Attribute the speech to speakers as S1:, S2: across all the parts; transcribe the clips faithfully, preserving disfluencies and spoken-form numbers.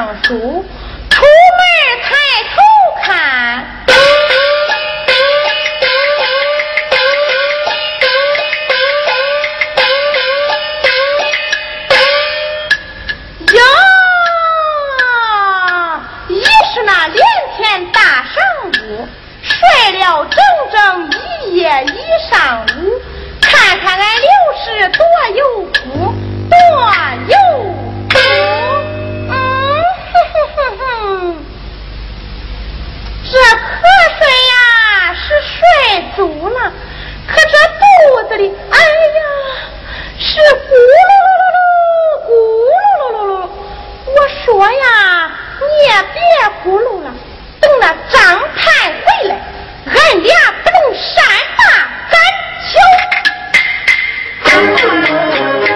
S1: 上书，出门抬头看，哟，已是那连天大上午，睡了整整一夜一上午，看看俺刘氏多有福，多有福。嗯哼哼哼哼，这瞌睡呀是睡足了，可这肚子里，哎呀，是咕噜噜噜噜，咕噜噜噜噜。我说呀，你也别咕噜了，等那张太回来，俺俩不能善罢甘休。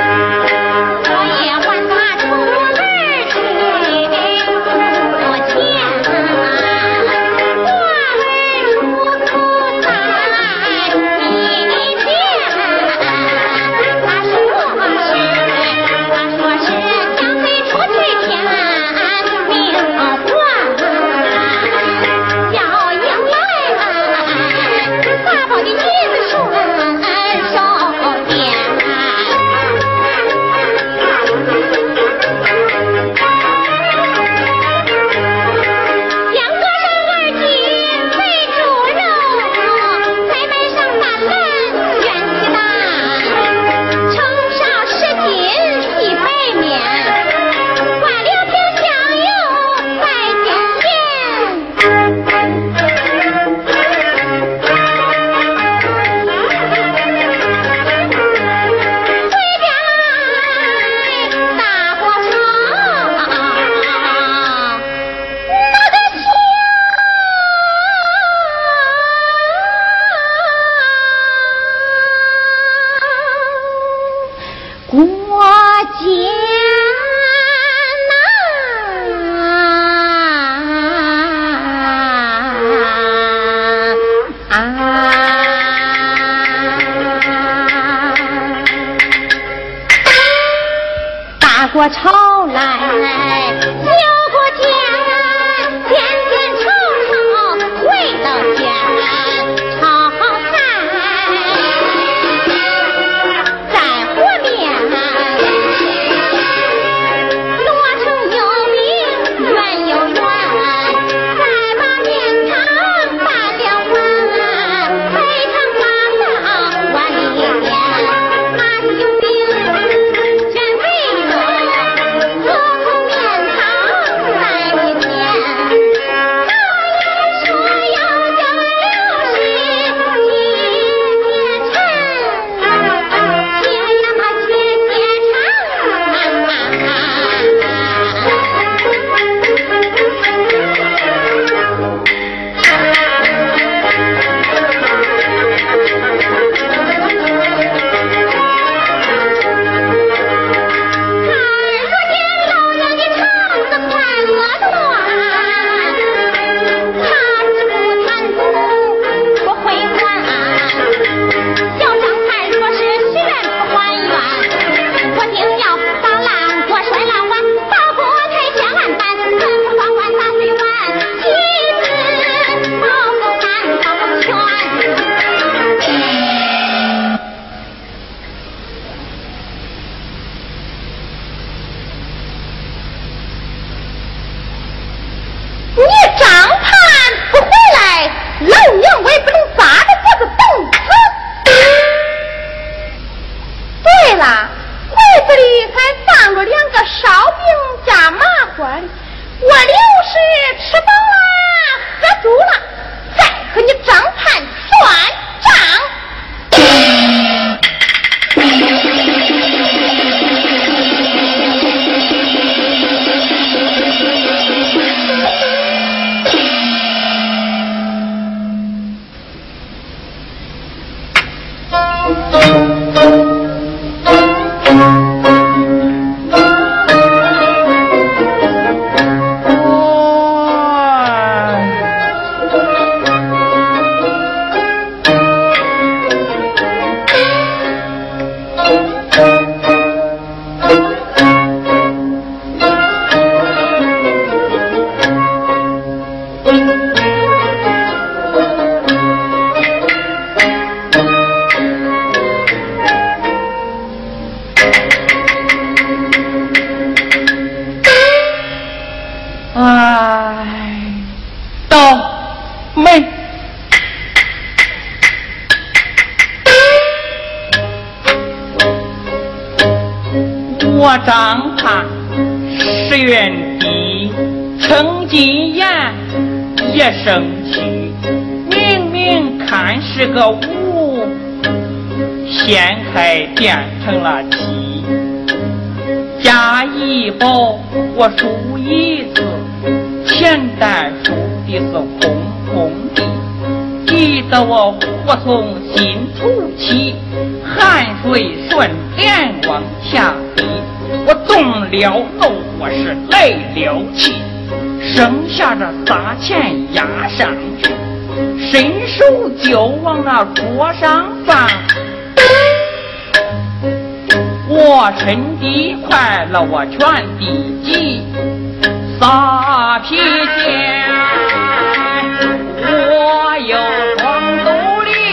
S1: 过朝来，小过天，天天吵吵回到家，炒好菜，再和面，烙成油饼圆又圆，再把面汤拌两碗，配上瓜子碗里边，还有饼卷肥肉。
S2: 我张盼石原地程金言也生气，明明看是个五，掀开变成了七。加一宝我数一次，钱袋数的是空空的，急得我火从心头起，汗水顺脸往下滴。我动了怒，我是来了气，剩下这仨钱压上去，伸手就往那桌上放。我趁地快了，我全地急，撒皮钱我有光斗力。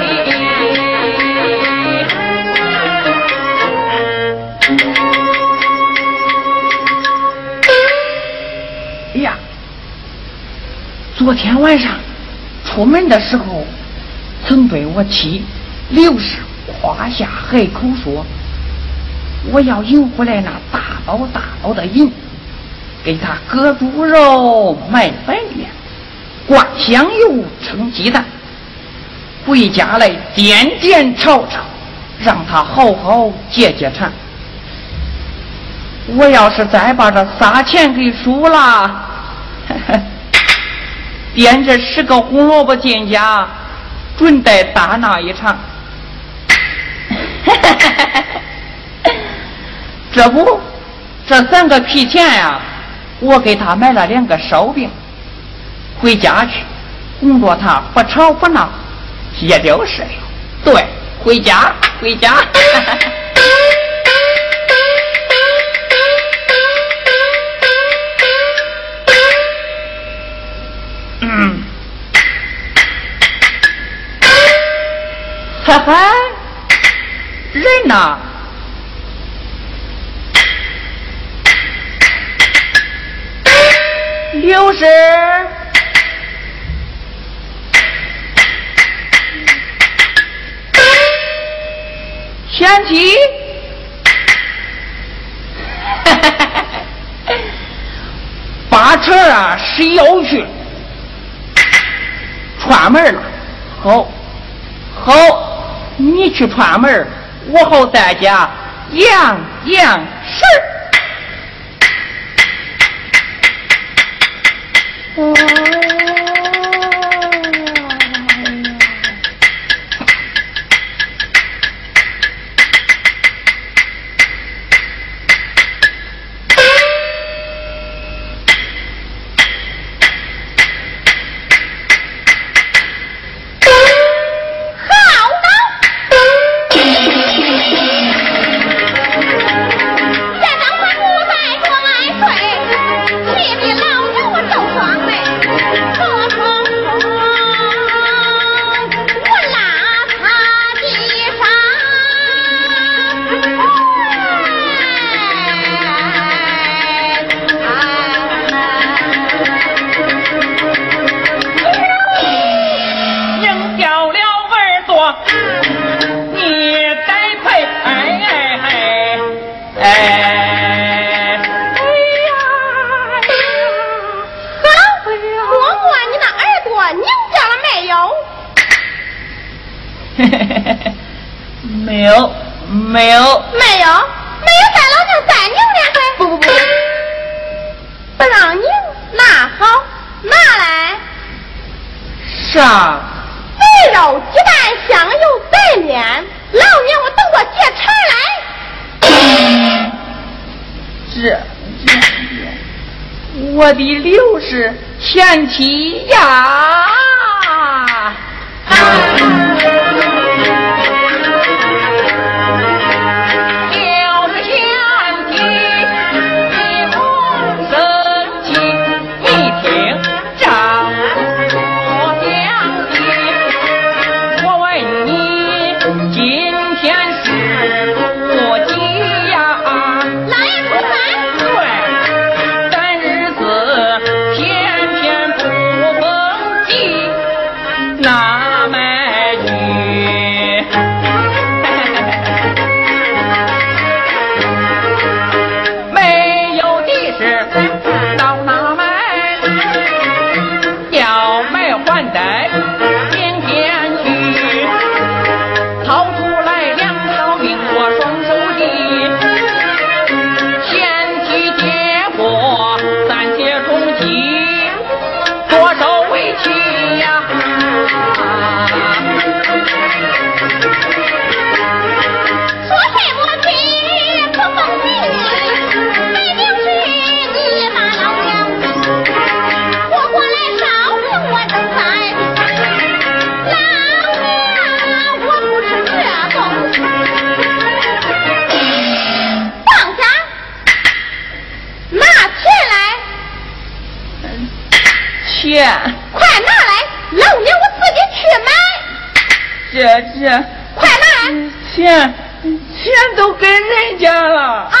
S2: 哎呀，昨天晚上出门的时候，曾对我妻刘氏夸下海口说，我要引回来那大包大包的银，给他割猪肉卖白面，灌香油称鸡蛋，回家来点点炒炒，让他好好解解馋。我要是再把这仨钱给输了，点这十个红萝卜进家，准得大闹一场。这不，这三个皮钱呀，我给他买了两个烧饼，回家去哄着他不吵不闹，也就是了。对，回家，回家。嗯，哈哈，人呐。刘氏，前妻，八成啊是要去串门了。好，好，你去串门，我好在家养养事儿。哦，没有，没有，没有，没有，再老娘再拧两回。不不不，不让拧，那好，拿来。啥？肥肉、鸡蛋、香油、白面，老娘我等我解馋来。这这这，我的刘氏前妻呀！那么钱，
S1: 快拿来，老娘我自己去买。
S2: 这这，
S1: 快拿来，
S2: 钱钱都给人家了
S1: 啊！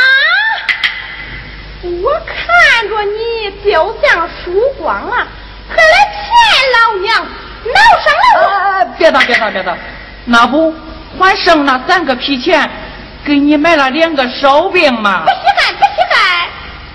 S1: 我看着你表象输光了，还来骗老娘，闹上了我！
S2: 啊！别打别打别打，那不还剩那三个皮钱，给你买了两个烧饼嘛。
S1: 不稀罕不稀罕。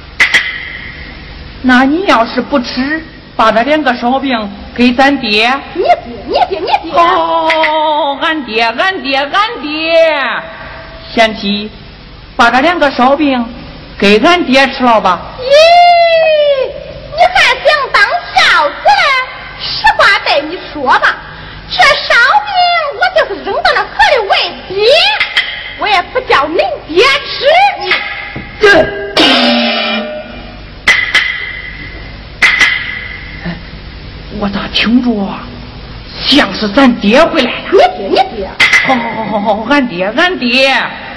S2: 那你要是不吃，把那两个烧饼给咱爹。
S1: 你爹你爹你爹。
S2: 哦，俺爹俺爹俺爹，贤妻，把这两个烧饼给俺爹吃了吧。
S1: 咦，你还想当孝子？实话对你说吧，这烧饼我就是扔到那河里喂鳖，我也不叫恁爹吃你。
S2: 这我咋听着像是咱爹回来了？
S1: 你爹你爹。
S2: 好好好好好，俺爹俺爹。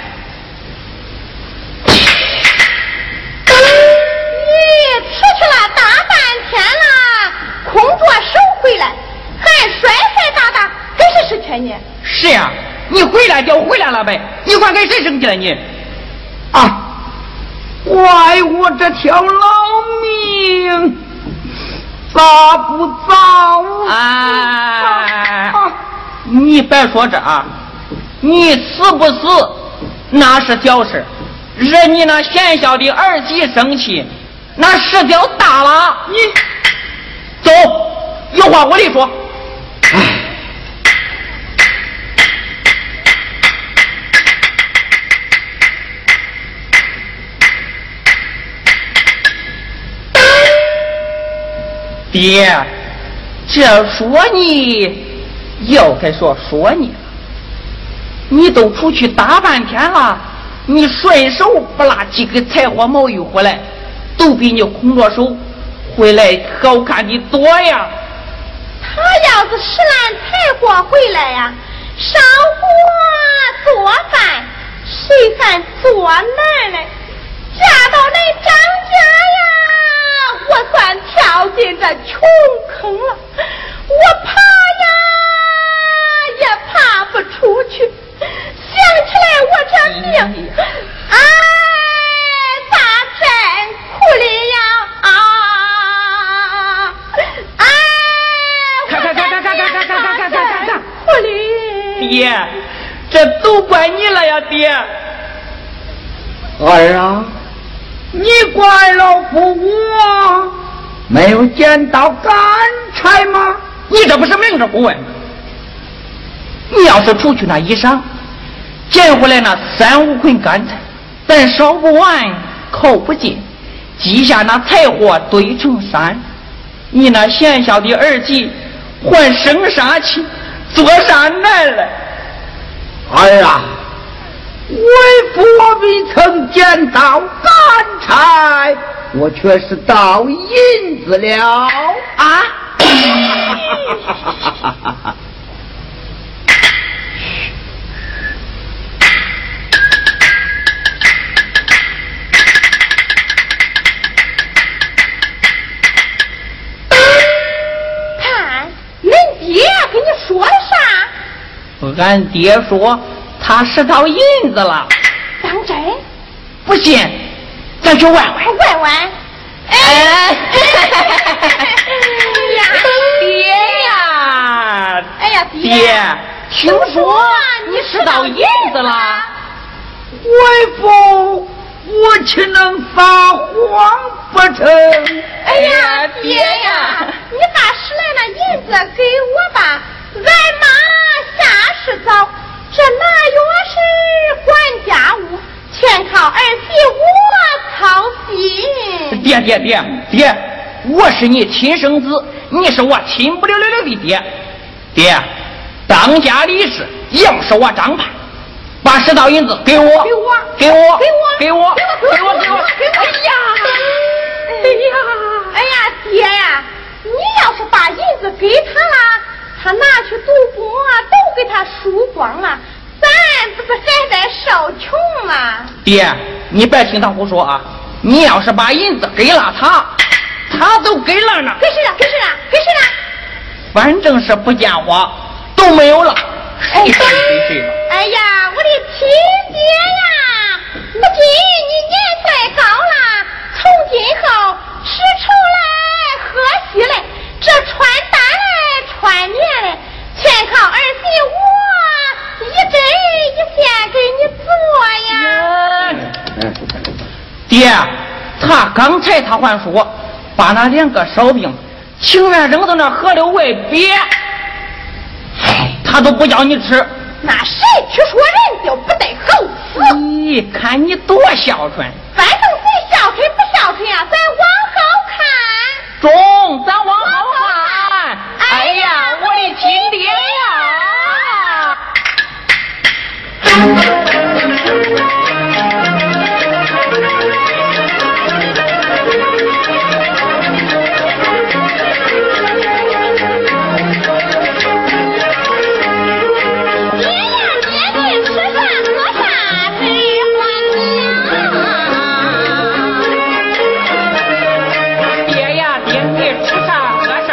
S1: 咦，出去了大半天了，空着手回来，还摔摔打打，跟谁是缺你？
S2: 是呀，你回来就回来了呗，你还给谁生气了你？啊，怪我这条老命咋不早啊！啊你别说这，你死不死那是小事，惹你那贤孝的儿媳生气，那事就大了。你走，有话我得说。唉，爹，这说你又该说说你了。你都出去大半天了，你顺手不拉几个柴火毛玉回来，都比你空着手回来好看的多呀。
S1: 他要是拾烂柴火回来呀，烧火做饭，谁还做难嘞？嫁到恁张家呀，我算跳进这穷坑了。我怕呀，也爬不出去。想起来我这命，哎，咋真苦哩呀！啊，哎，
S2: 看看看看看看看看看看看看，
S1: 苦哩！
S2: 爹，这都怪你了呀，爹！
S3: 儿啊，你怪老夫我没有捡到干柴吗？
S2: 你这不是明着不问？你要是除去那衣裳，捡回来那三五捆干柴，咱烧不完烤不尽，积下那柴火堆成山，你那贤孝的儿媳还生啥气，做啥难来？
S3: 儿啊，为父我未曾捡到干柴，我却是盗银子了
S2: 啊！
S1: 看，恁爹跟你说了啥？
S2: 俺爹说他拾到银子了。
S1: 当真？
S2: 不信，咱去问问。
S1: 问问。
S2: 哎，
S1: 呀，
S2: 爹呀！
S1: 哎呀，爹！
S2: 爹，听说你拾到银子了？
S3: 为父我岂能撒谎不成？
S1: 哎呀，爹呀，你把拾来那银子给我吧，俺妈下世早，这哪有是管家务，全靠儿媳我操心。
S2: 爹爹爹爹，我是你亲生子，你是我亲不溜溜的爹。爹，当家理事要是我张盼，把拾到银子给我，
S1: 给我，
S2: 给我，
S1: 给我，
S2: 给我，
S1: 给我，给我，给我！哎呀，哎呀，哎呀，爹呀，你要是把银子给他了，他拿去赌博都给他输光了，咱不是还得受穷吗？
S2: 爹，你别听他胡说啊！你要是把银子给了他， 他都给了呢。
S1: 给谁了？给谁了？给谁了？
S2: 反正是不见我都没有了，谁谁给谁了？
S1: 哎呀，我的亲爹呀！不仅你年岁高了，从今后吃愁来喝喜来，这穿单来穿棉来，全靠儿媳我一针一线给你做呀。
S2: 爹，他刚才他还说把那两个烧饼情愿扔到那河流外边，哎，他都不叫你吃。
S1: 那谁去说人就不得好死？
S2: 咦，看你多孝顺。
S1: 反正谁孝顺不孝顺呀，咱往后看。
S2: 中，咱往后看。哎呀，我的亲爹呀！爹呀，爹你吃啥喝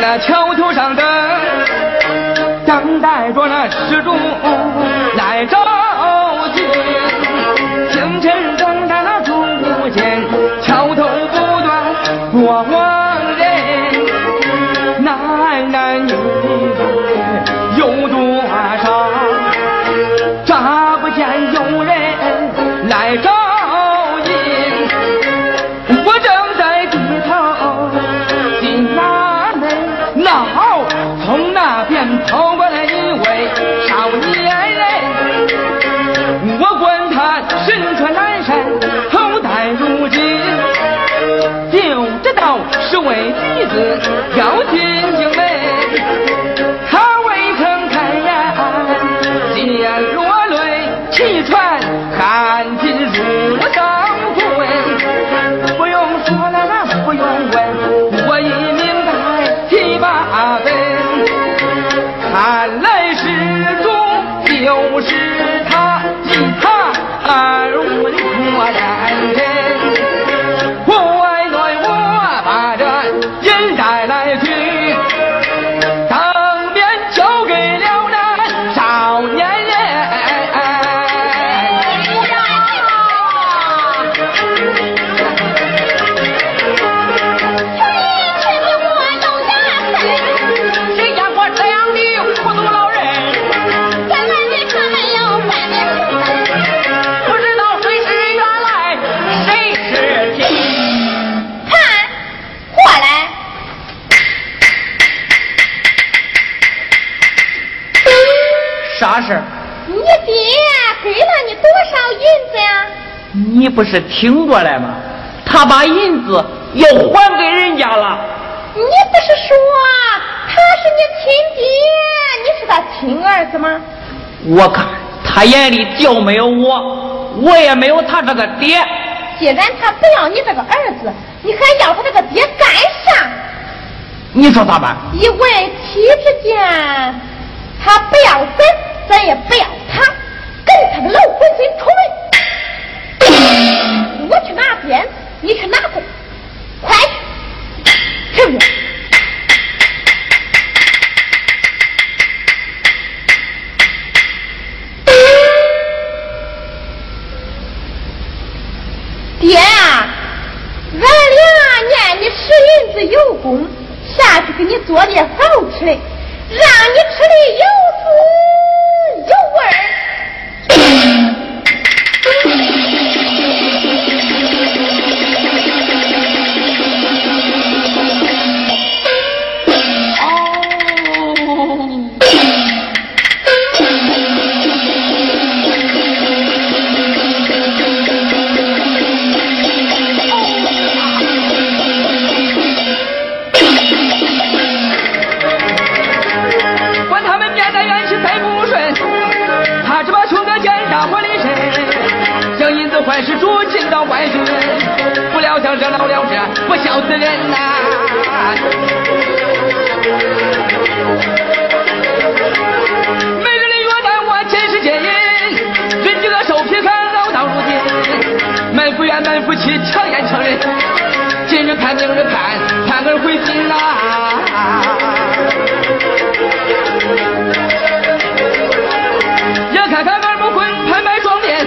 S4: 那桥头上等，等待着那施主来召集。清晨等待那中午间，桥头不断过往人，男男女女有多少，乍不见有人来召引。我正在低头进那门，那好从那边跑过来一位少年人，我管他身穿蓝衫头戴如金，就知道是位弟子要进京门。他未曾开言见落泪，气喘汗尽入上魂。不用说了那不用问，我已明白七八分。看来始终就是他，一他而我的果然真。我爱对我把这人带来去，当面交给了那少年人。
S2: 谁见过这样的糊涂老人？
S1: 咱们的他们要办的
S2: 不知道谁是原来，谁是今。
S1: 看，过来。
S2: 啥事儿？
S1: 你爹给了你多少银子呀？
S2: 你不是听过来吗？他把银子又还给人家了。
S1: 你不是说他是你亲爹，你是他亲儿子吗？
S2: 我看他眼里就没有我，我也没有他这个爹。
S1: 既然他不要你这个儿子，你还要他这个爹干啥？
S2: 你说咋办？
S1: 一问妻之间，他不要咱，咱也不要他，跟他个老混水出门。我去拿鞭，你去拿弓，快去，去不去？爹啊，俺俩念你十银子有功，下去给你做点好吃的，让你吃的有滋有味儿。
S4: 还是主进到外军，不料想惹恼了这不孝子人呐、啊！每日里约旦我前世奸淫，人几个手皮看熬到如今，满腹怨满腹气，强颜强人。今日看明日看，盼儿回心呐、啊！也看看儿不混，拍卖双脸。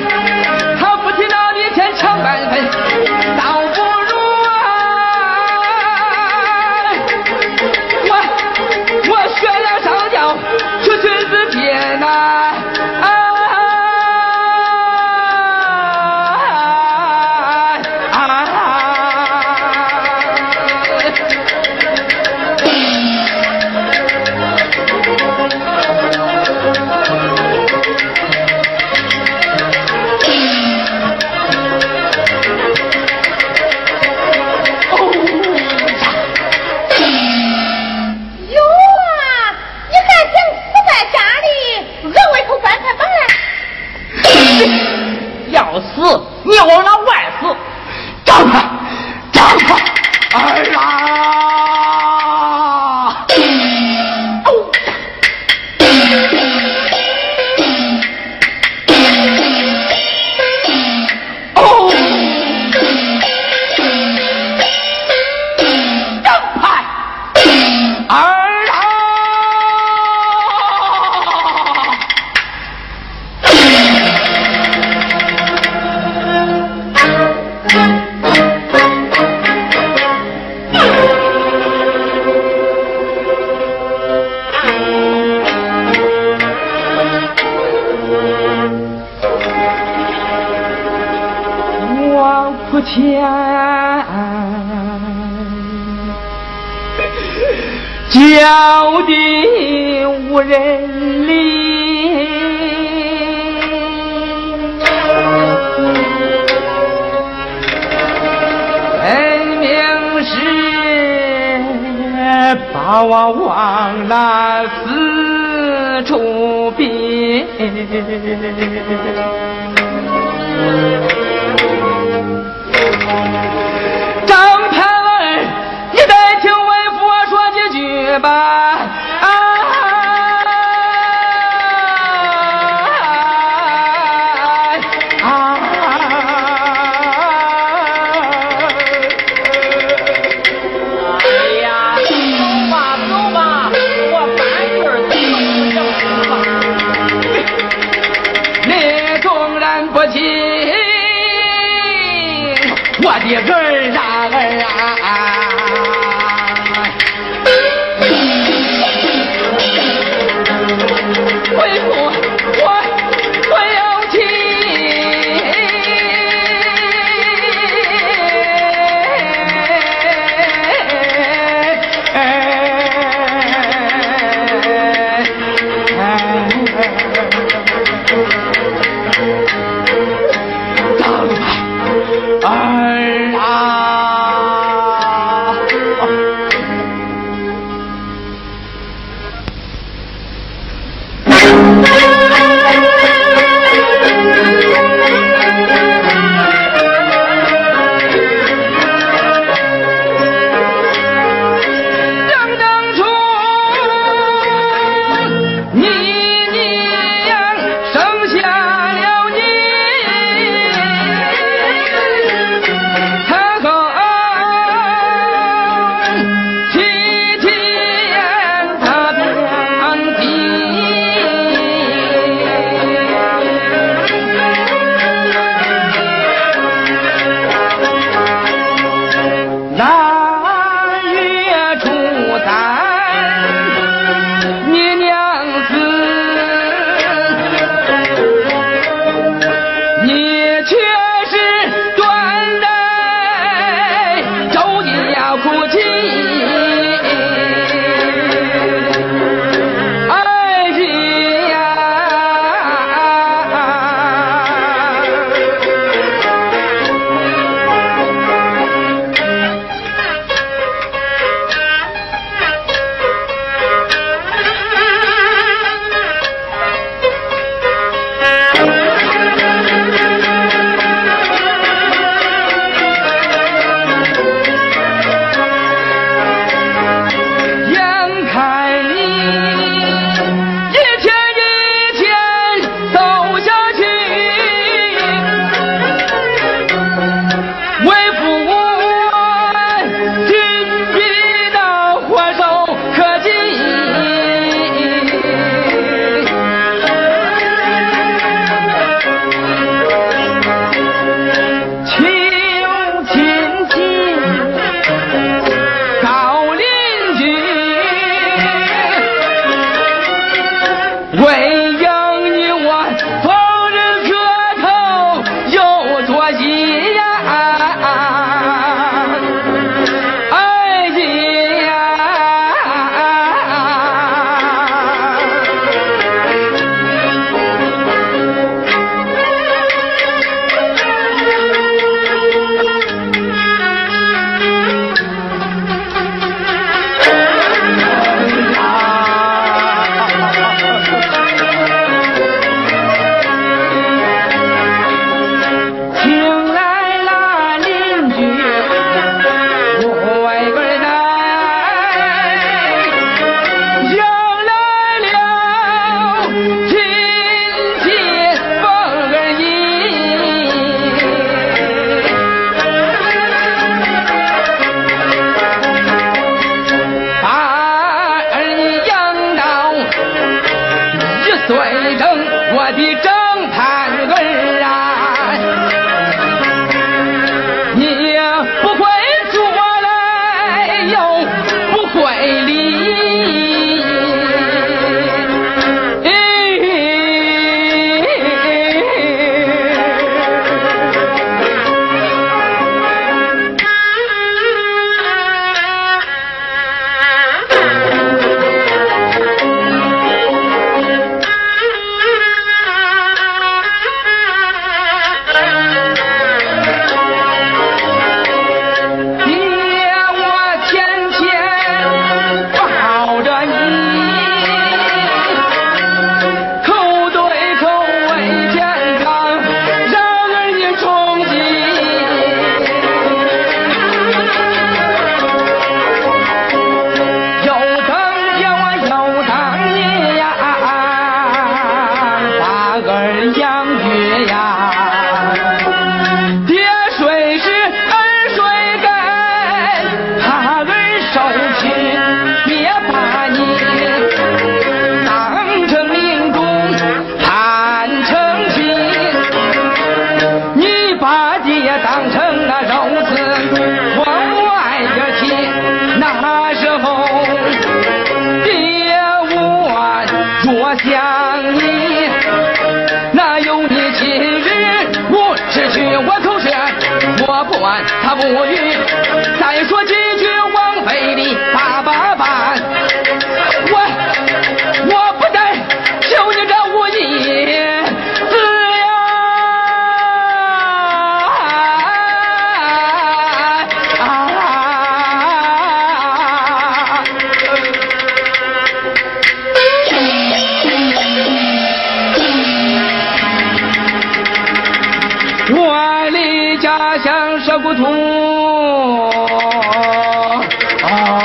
S4: 抢半分，倒不如啊！我我学了上吊，去君子街呐！啊啊啊！
S1: 有啊，你还想死在家里，额外
S4: 前叫的无人理，分明是把我往那四处逼。张盼儿，你再听为父说几句吧。啊啊！
S2: 哎呀，走吧走吧，我半句儿都不了。
S4: 你纵然不听我的儿啊儿啊！为父，我我要听。走吧，儿啊！正当初你娘生下了你，他后七天他病地。腊月初三，你娘子，你却是断带周金要哭泣。哎呀！眼看你一天一天走下去，为父我紧逼到火手可及。求亲戚告邻居，为迎你我逢人磕头又作揖呀！哎请来了邻居，我为个来，迎来了亲戚逢儿迎，把儿养到一岁整，我的正盼儿啊！你不会做来又不会理， 哪有你今日我失去我口舌，我不管他不语，再说几句枉费的八八般，我我不再受你这无义子呀！我离家乡涉故土，啊，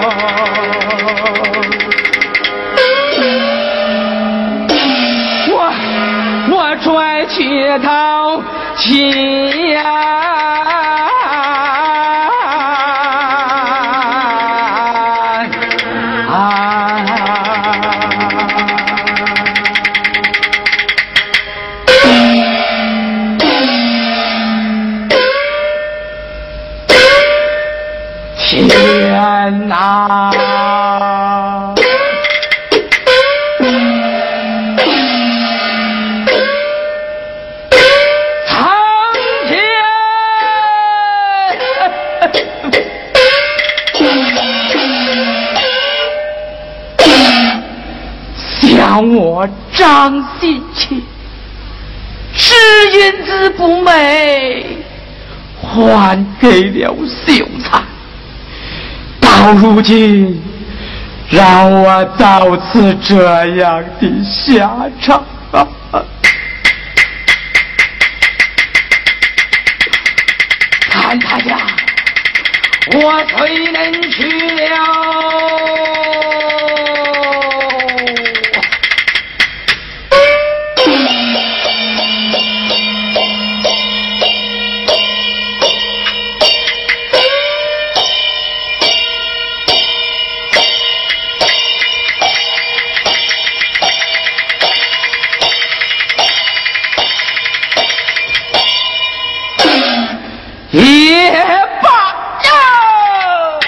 S4: 我我拽去讨亲呀，啊。天哪！苍天！向我张心切，是银子不美，还给了秀才。到如今，让我到此这样的下场啊！看他家，我虽能去了。也罢呀！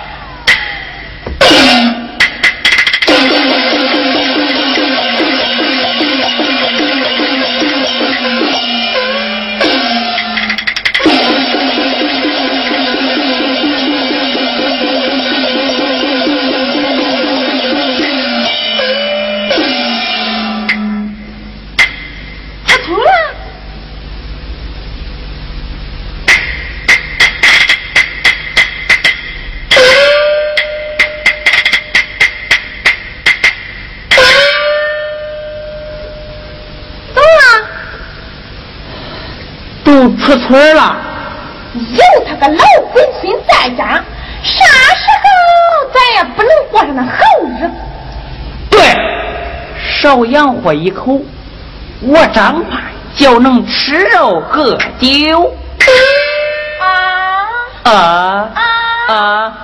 S1: 他吐了。
S2: 出村了，
S1: 有他个老鬼孙在家，啥时候咱也不能过上那好日子。
S2: 对，少养活一口，我张盼就能吃肉喝酒。
S1: 啊
S2: 啊啊！